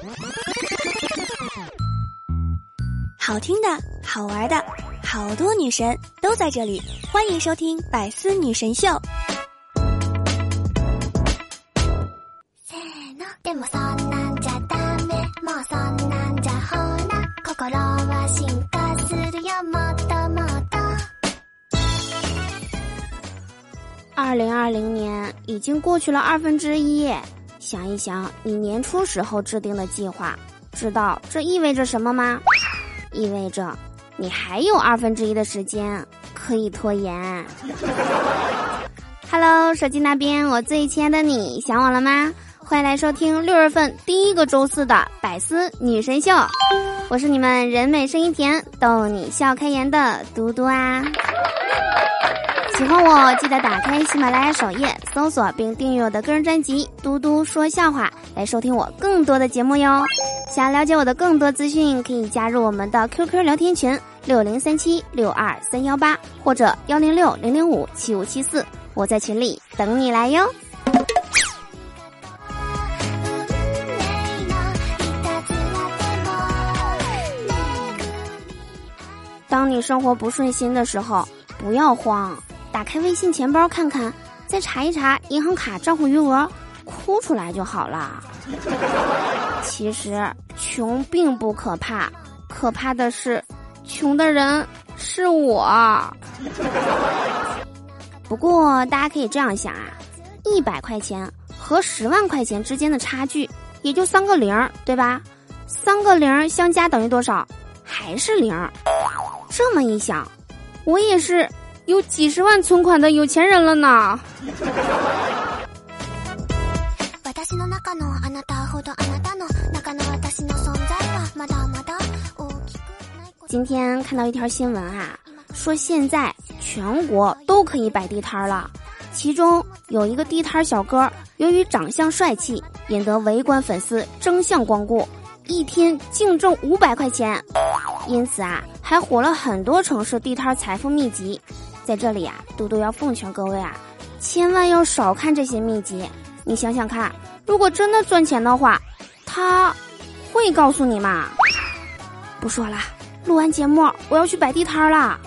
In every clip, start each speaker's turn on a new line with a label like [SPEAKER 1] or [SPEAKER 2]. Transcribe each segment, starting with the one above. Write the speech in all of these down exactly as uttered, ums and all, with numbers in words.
[SPEAKER 1] 好听的，好玩的，好多女神都在这里，欢迎收听百思女神秀。
[SPEAKER 2] 二零二零年已经过去了二分之一，想一想你年初时候制定的计划，知道这意味着什么吗？意味着你还有二分之一的时间可以拖延。Hello， 手机那边我最亲爱的你，想我了吗？欢迎来收听六月份第一个周四的百思女神秀，我是你们人美声音甜逗你笑开颜的嘟嘟啊。喜欢我记得打开喜马拉雅首页搜索并订阅我的个人专辑嘟嘟说笑话，来收听我更多的节目哟。想了解我的更多资讯，可以加入我们的 Q Q 聊天群六零三七六二三一八或者幺零六零零五七五七四，我在群里等你来哟。当你生活不顺心的时候，不要慌，打开微信钱包看看，再查一查银行卡账户余额，哭出来就好了。其实穷并不可怕，可怕的是穷的人是我。不过大家可以这样想啊，一百块钱和十万块钱之间的差距也就三个零，对吧？三个零相加等于多少？还是零。这么一想，我也是有几十万存款的有钱人了呢。今天看到一条新闻啊，说现在全国都可以摆地摊了，其中有一个地摊小哥由于长相帅气，引得围观粉丝争相光顾，一天净挣五百块钱，因此啊还火了很多城市地摊财富秘籍。在这里啊，嘟嘟要奉劝各位啊，千万要少看这些秘籍。你想想看，如果真的赚钱的话，他会告诉你吗？不说了，录完节目我要去摆地摊啦。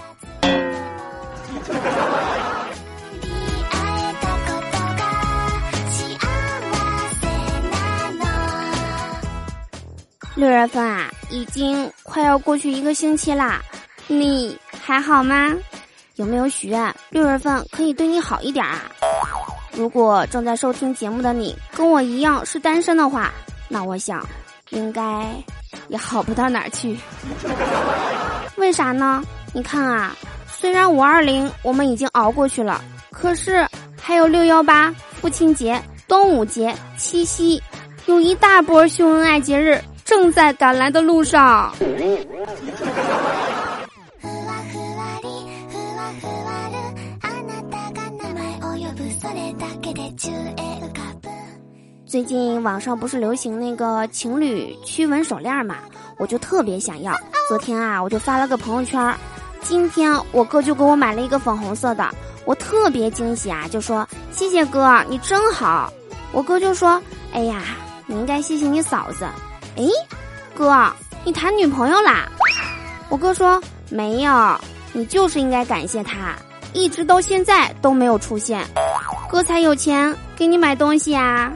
[SPEAKER 2] 六月份啊，已经快要过去一个星期啦，你还好吗？有没有许愿六月份可以对你好一点啊？如果正在收听节目的你跟我一样是单身的话，那我想应该也好不到哪儿去。为啥呢？你看啊，虽然五二零我们已经熬过去了，可是还有六一八、父亲节、端午节、七夕，有一大波秀恩爱节日正在赶来的路上。最近网上不是流行那个情侣驱蚊手链嘛，我就特别想要。昨天啊，我就发了个朋友圈，今天我哥就给我买了一个粉红色的，我特别惊喜啊，就说谢谢哥，你真好。我哥就说，哎呀，你应该谢谢你嫂子。诶，哥，你谈女朋友啦？我哥说没有，你就是应该感谢他，一直到现在都没有出现，哥才有钱给你买东西啊。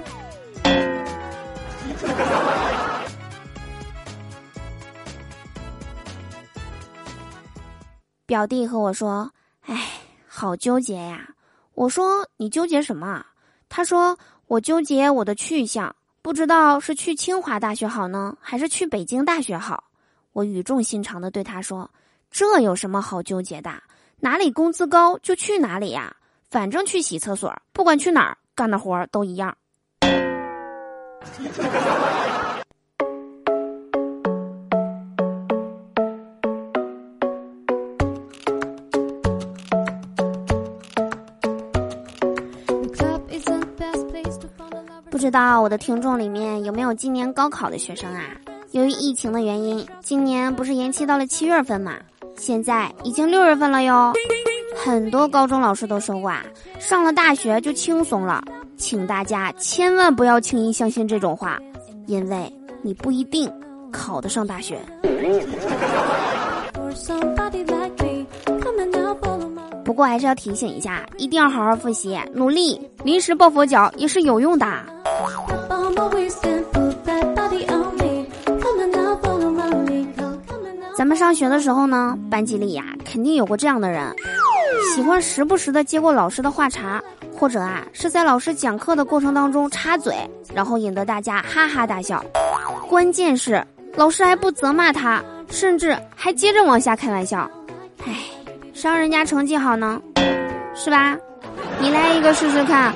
[SPEAKER 2] 表弟和我说，哎，好纠结呀。我说你纠结什么？他说我纠结我的去向，不知道是去清华大学好呢，还是去北京大学好。我语重心长地对他说，这有什么好纠结的？哪里工资高就去哪里呀，反正去洗厕所，不管去哪儿干的活都一样。不知道我的听众里面有没有今年高考的学生啊？由于疫情的原因，今年不是延期到了七月份嘛，现在已经六月份了哟。很多高中老师都说过啊，上了大学就轻松了，请大家千万不要轻易相信这种话，因为你不一定考得上大学。不过还是要提醒一下，一定要好好复习，努力，临时抱佛脚也是有用的。咱们上学的时候呢，班级里呀、啊、肯定有过这样的人，喜欢时不时的接过老师的话茬，或者啊是在老师讲课的过程当中插嘴，然后引得大家哈哈大笑。关键是老师还不责骂他，甚至还接着往下开玩笑。唉，谁让人家成绩好呢？是吧？你来一个试试看。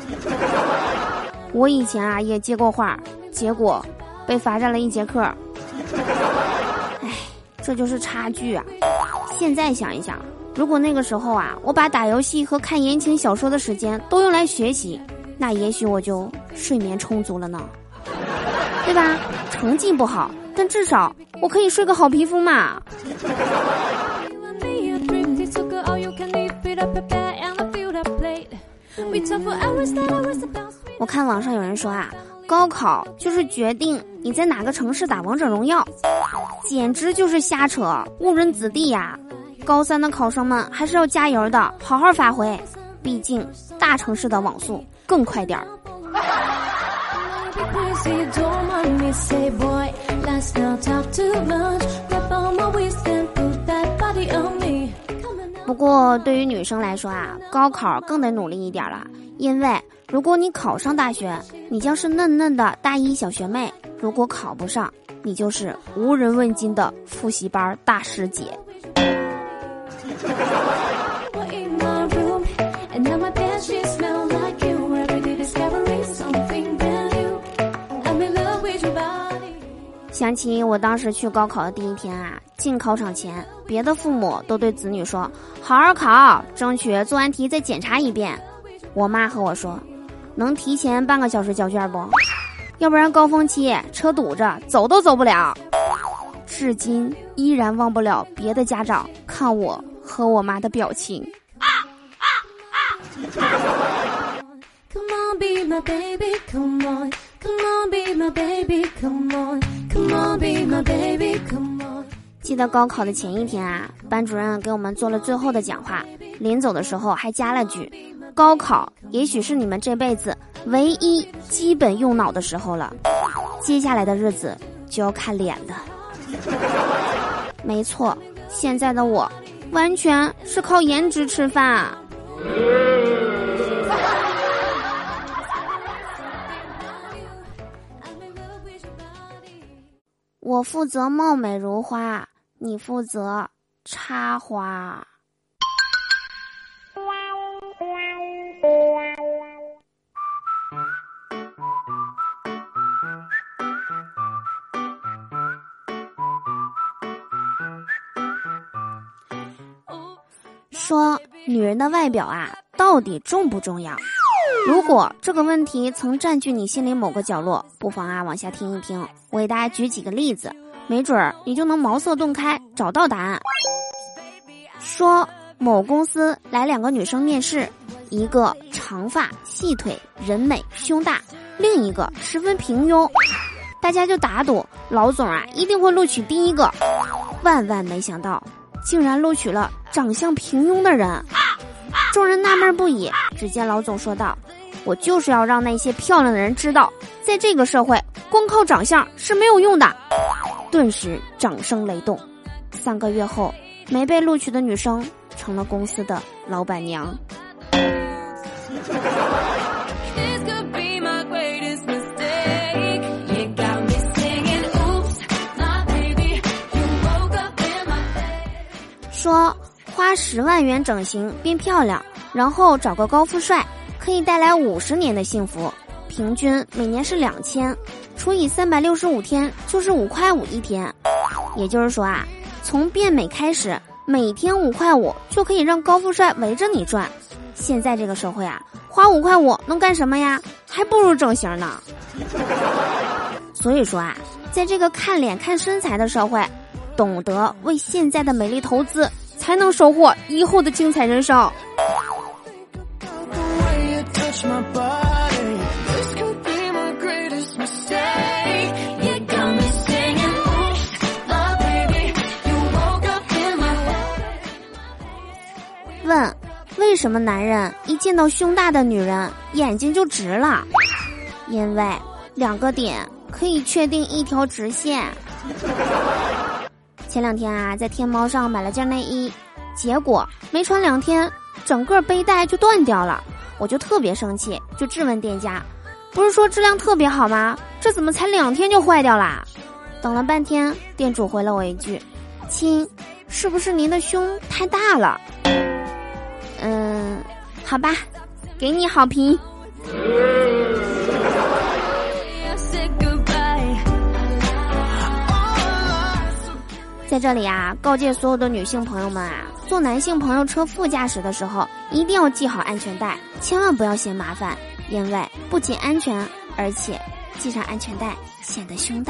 [SPEAKER 2] 我以前啊也接过话，结果被罚站了一节课。唉，这就是差距啊。现在想一想，如果那个时候啊我把打游戏和看言情小说的时间都用来学习，那也许我就睡眠充足了呢，对吧？成绩不好，但至少我可以睡个好皮肤嘛。我看网上有人说啊，高考就是决定你在哪个城市打王者荣耀，简直就是瞎扯，误人子弟呀！高三的考生们还是要加油的，好好发挥，毕竟大城市的网速更快点儿。不过对于女生来说啊，高考更得努力一点了，因为如果你考上大学，你将是嫩嫩的大一小学妹；如果考不上，你就是无人问津的复习班大师姐。想起我当时去高考的第一天啊，进考场前，别的父母都对子女说好好考，争取做完题再检查一遍。我妈和我说，能提前半个小时交卷不？要不然高峰期车堵着，走都走不了。至今依然忘不了别的家长看我和我妈的表情。啊啊啊Come on, be my baby, come on. Come on, be my baby, come on. Come on, be my baby, come on. 记得高考的前一天啊，班主任给我们做了最后的讲话，临走的时候还加了句，高考也许是你们这辈子唯一基本用脑的时候了，接下来的日子就要看脸了。没错，现在的我完全是靠颜值吃饭。我负责貌美如花，你负责插花。说女人的外表啊，到底重不重要？如果这个问题曾占据你心里某个角落，不妨啊往下听一听，我给大家举几个例子，没准儿你就能茅塞顿开，找到答案。说某公司来两个女生面试，一个长发细腿人美胸大，另一个十分平庸，大家就打赌老总啊一定会录取第一个，万万没想到竟然录取了长相平庸的人。众人纳闷不已，只见老总说道，我就是要让那些漂亮的人知道，在这个社会光靠长相是没有用的。顿时掌声雷动，三个月后没被录取的女生成了公司的老板娘。说花十万元整形变漂亮，然后找个高富帅，可以带来五十年的幸福，平均每年是两千，除以三百六十五天就是五块五一天。也就是说啊，从变美开始，每天五块五就可以让高富帅围着你转。现在这个社会啊，花五块五能干什么呀？还不如整形呢。所以说啊，在这个看脸看身材的社会，懂得为现在的美丽投资，才能收获以后的精彩人生。 什么男人一见到胸大的女人眼睛就直了？因为两个点可以确定一条直线。前两天啊，在天猫上买了件内衣，结果没穿两天，整个背带就断掉了。我就特别生气，就质问店家，不是说质量特别好吗？这怎么才两天就坏掉啦？等了半天，店主回了我一句，亲，是不是您的胸太大了？嗯，好吧，给你好评。在这里啊，告诫所有的女性朋友们啊，坐男性朋友车副驾驶的时候，一定要系好安全带，千万不要嫌麻烦，因为不仅安全，而且系上安全带显得胸大。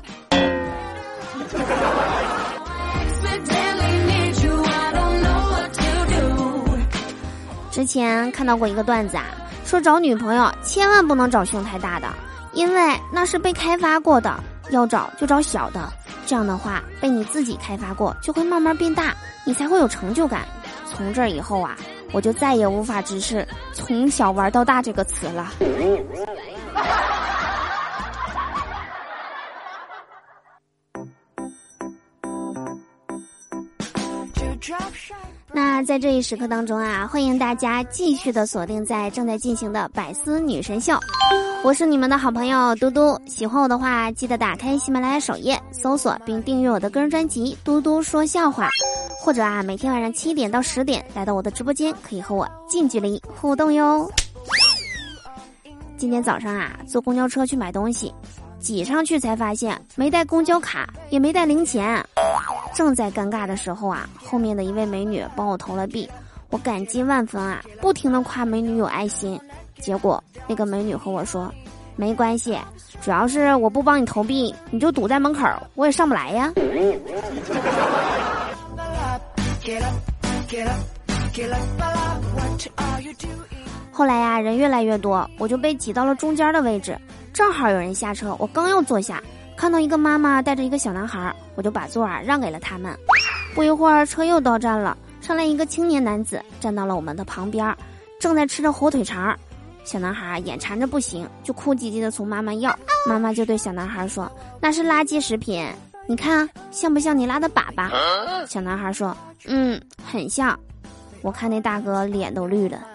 [SPEAKER 2] 之前看到过一个段子啊，说找女朋友千万不能找胸太大的，因为那是被开发过的，要找就找小的，这样的话被你自己开发过就会慢慢变大，你才会有成就感。从这以后啊，我就再也无法直视从小玩到大这个词了。那在这一时刻当中啊，欢迎大家继续的锁定在正在进行的百思女神秀，我是你们的好朋友嘟嘟。喜欢我的话，记得打开喜马拉雅首页搜索并订阅我的个人专辑嘟嘟说笑话，或者啊每天晚上七点到十点来到我的直播间，可以和我近距离互动哟。今天早上啊坐公交车去买东西，挤上去才发现没带公交卡也没带零钱，正在尴尬的时候啊，后面的一位美女帮我投了币，我感激万分啊，不停地夸美女有爱心。结果那个美女和我说，没关系，主要是我不帮你投币，你就堵在门口，我也上不来呀。后来呀、啊，人越来越多，我就被挤到了中间的位置，正好有人下车，我刚要坐下，看到一个妈妈带着一个小男孩，我就把座啊让给了他们。不一会儿车又到站了，上来一个青年男子站到了我们的旁边，正在吃着火腿肠。小男孩眼馋着不行，就哭唧唧的从妈妈要，妈妈就对小男孩说，那是垃圾食品，你看像不像你拉的粑粑？小男孩说，嗯，很像。我看那大哥脸都绿了。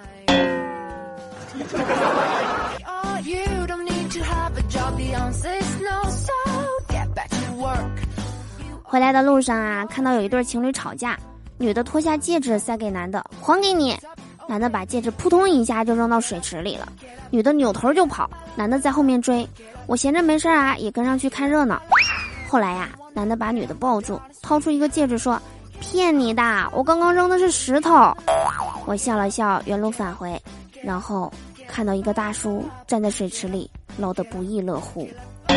[SPEAKER 2] 回来的路上啊，看到有一对情侣吵架，女的脱下戒指塞给男的，还给你。男的把戒指扑通一下就扔到水池里了，女的扭头就跑，男的在后面追。我闲着没事啊，也跟上去看热闹。后来呀、啊，男的把女的抱住，掏出一个戒指说，骗你的，我刚刚扔的是石头。我笑了笑，原路返回，然后看到一个大叔站在水池里捞得不亦乐乎。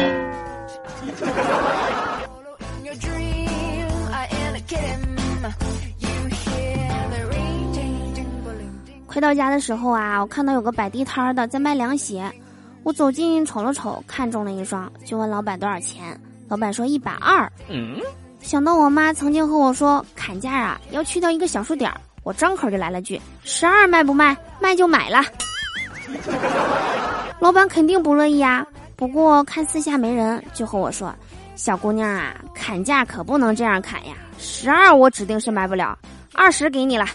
[SPEAKER 2] 回到家的时候啊，我看到有个摆地摊的在卖凉鞋，我走近瞅了瞅，看中了一双，就问老板多少钱，老板说一百二。嗯，想到我妈曾经和我说砍价啊要去掉一个小数点，我张口就来了句十二卖不卖？卖就买了。老板肯定不乐意啊，不过看四下没人，就和我说，小姑娘啊，砍价可不能这样砍呀，十二我指定是买不了，二十给你了。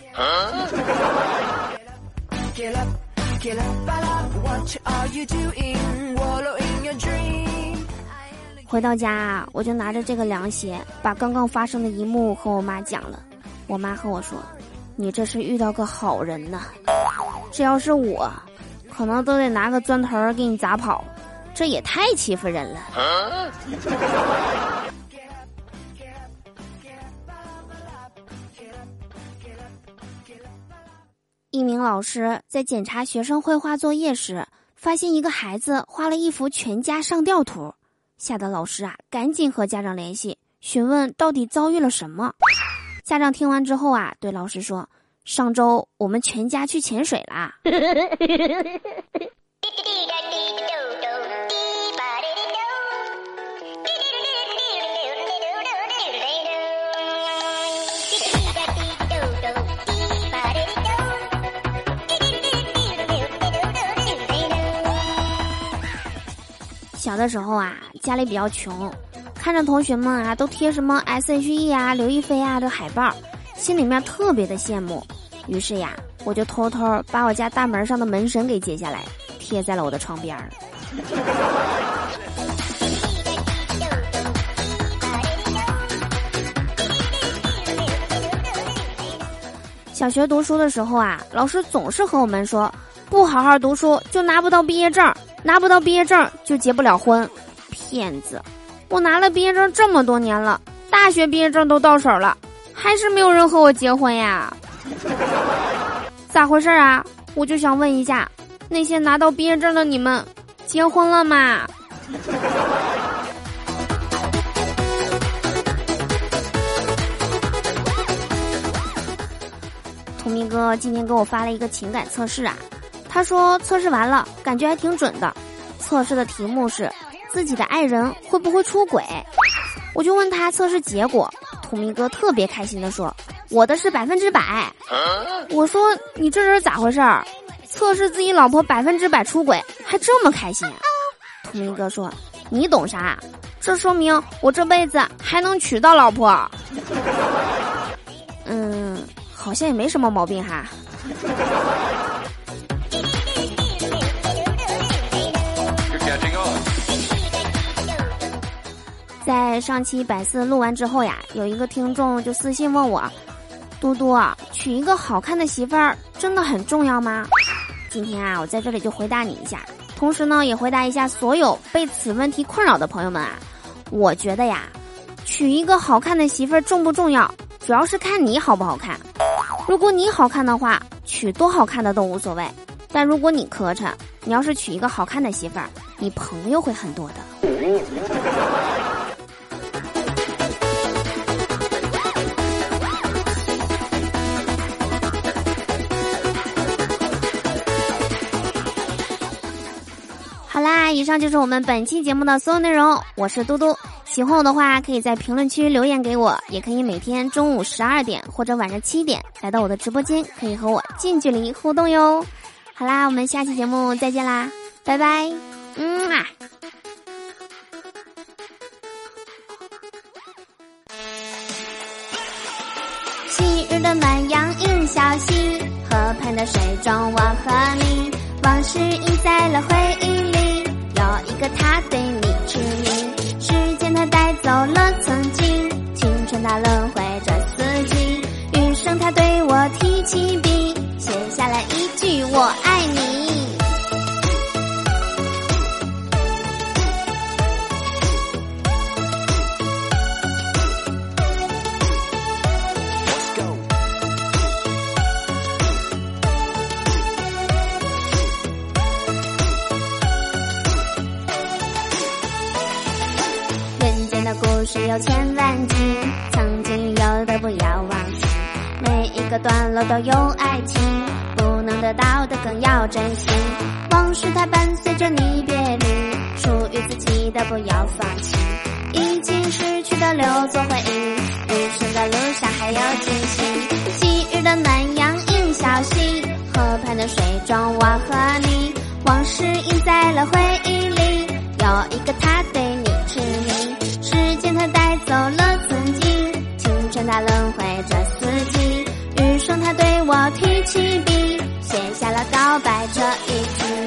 [SPEAKER 2] 回到家啊，我就拿着这个凉鞋把刚刚发生的一幕和我妈讲了。我妈和我说，你这是遇到个好人呐，这要是我可能都得拿个砖头给你砸跑，这也太欺负人了。一名老师在检查学生绘画作业时，发现一个孩子画了一幅全家上吊图，吓得老师啊赶紧和家长联系，询问到底遭遇了什么。家长听完之后啊，对老师说，上周我们全家去潜水啦。 小的时候啊，家里比较穷，看着同学们啊都贴什么 S H E 啊、刘亦菲啊的海报，心里面特别的羡慕。于是呀，我就偷偷把我家大门上的门神给揭下来，贴在了我的床边儿。小学读书的时候啊，老师总是和我们说，不好好读书就拿不到毕业证，拿不到毕业证就结不了婚。骗子！我拿了毕业证这么多年了，大学毕业证都到手了，还是没有人和我结婚呀？咋回事啊？我就想问一下，那些拿到毕业证的你们，结婚了吗？图明哥今天给我发了一个情感测试啊，他说测试完了，感觉还挺准的。测试的题目是自己的爱人会不会出轨，我就问他测试结果，图明哥特别开心地说，我的是百分之百。我说你这人咋回事儿？测试自己老婆百分之百出轨，还这么开心啊？图明哥说，你懂啥？这说明我这辈子还能娶到老婆。嗯，好像也没什么毛病哈。在上期百思录完之后呀，有一个听众就私信问我，嘟嘟啊，娶一个好看的媳妇儿真的很重要吗？今天啊，我在这里就回答你一下，同时呢，也回答一下所有被此问题困扰的朋友们啊。我觉得呀，娶一个好看的媳妇儿重不重要，主要是看你好不好看。如果你好看的话，娶多好看的都无所谓。但如果你磕碜，你要是娶一个好看的媳妇儿，你朋友会很多的。好啦，以上就是我们本期节目的所有内容，我是嘟嘟。喜欢我的话，可以在评论区留言给我，也可以每天中午十二点或者晚上七点来到我的直播间，可以和我近距离互动哟。好啦，我们下期节目再见啦，拜拜。嗯啊。昔日的暖阳映小溪，河畔的水中我和你，往事印在了回忆里，有一个他对你痴迷，时间它带走了曾经，青春它轮回着四季，余生它对我提起笔，写下了一句我爱你。故事有千万集，曾经有的不要忘记，每一个段落都有爱情，不能得到的更要珍惜，往事它伴随着你别离，属于自己的不要放弃，已经失去的留作回忆，人生的路上还有惊喜，昔日的暖阳映小溪，河畔的水中我和你，往事印在了回忆里，有一个他对你痴迷，时间它带走了曾经，青春它轮回着四季，余生它对我提起笔，写下了告白这一句。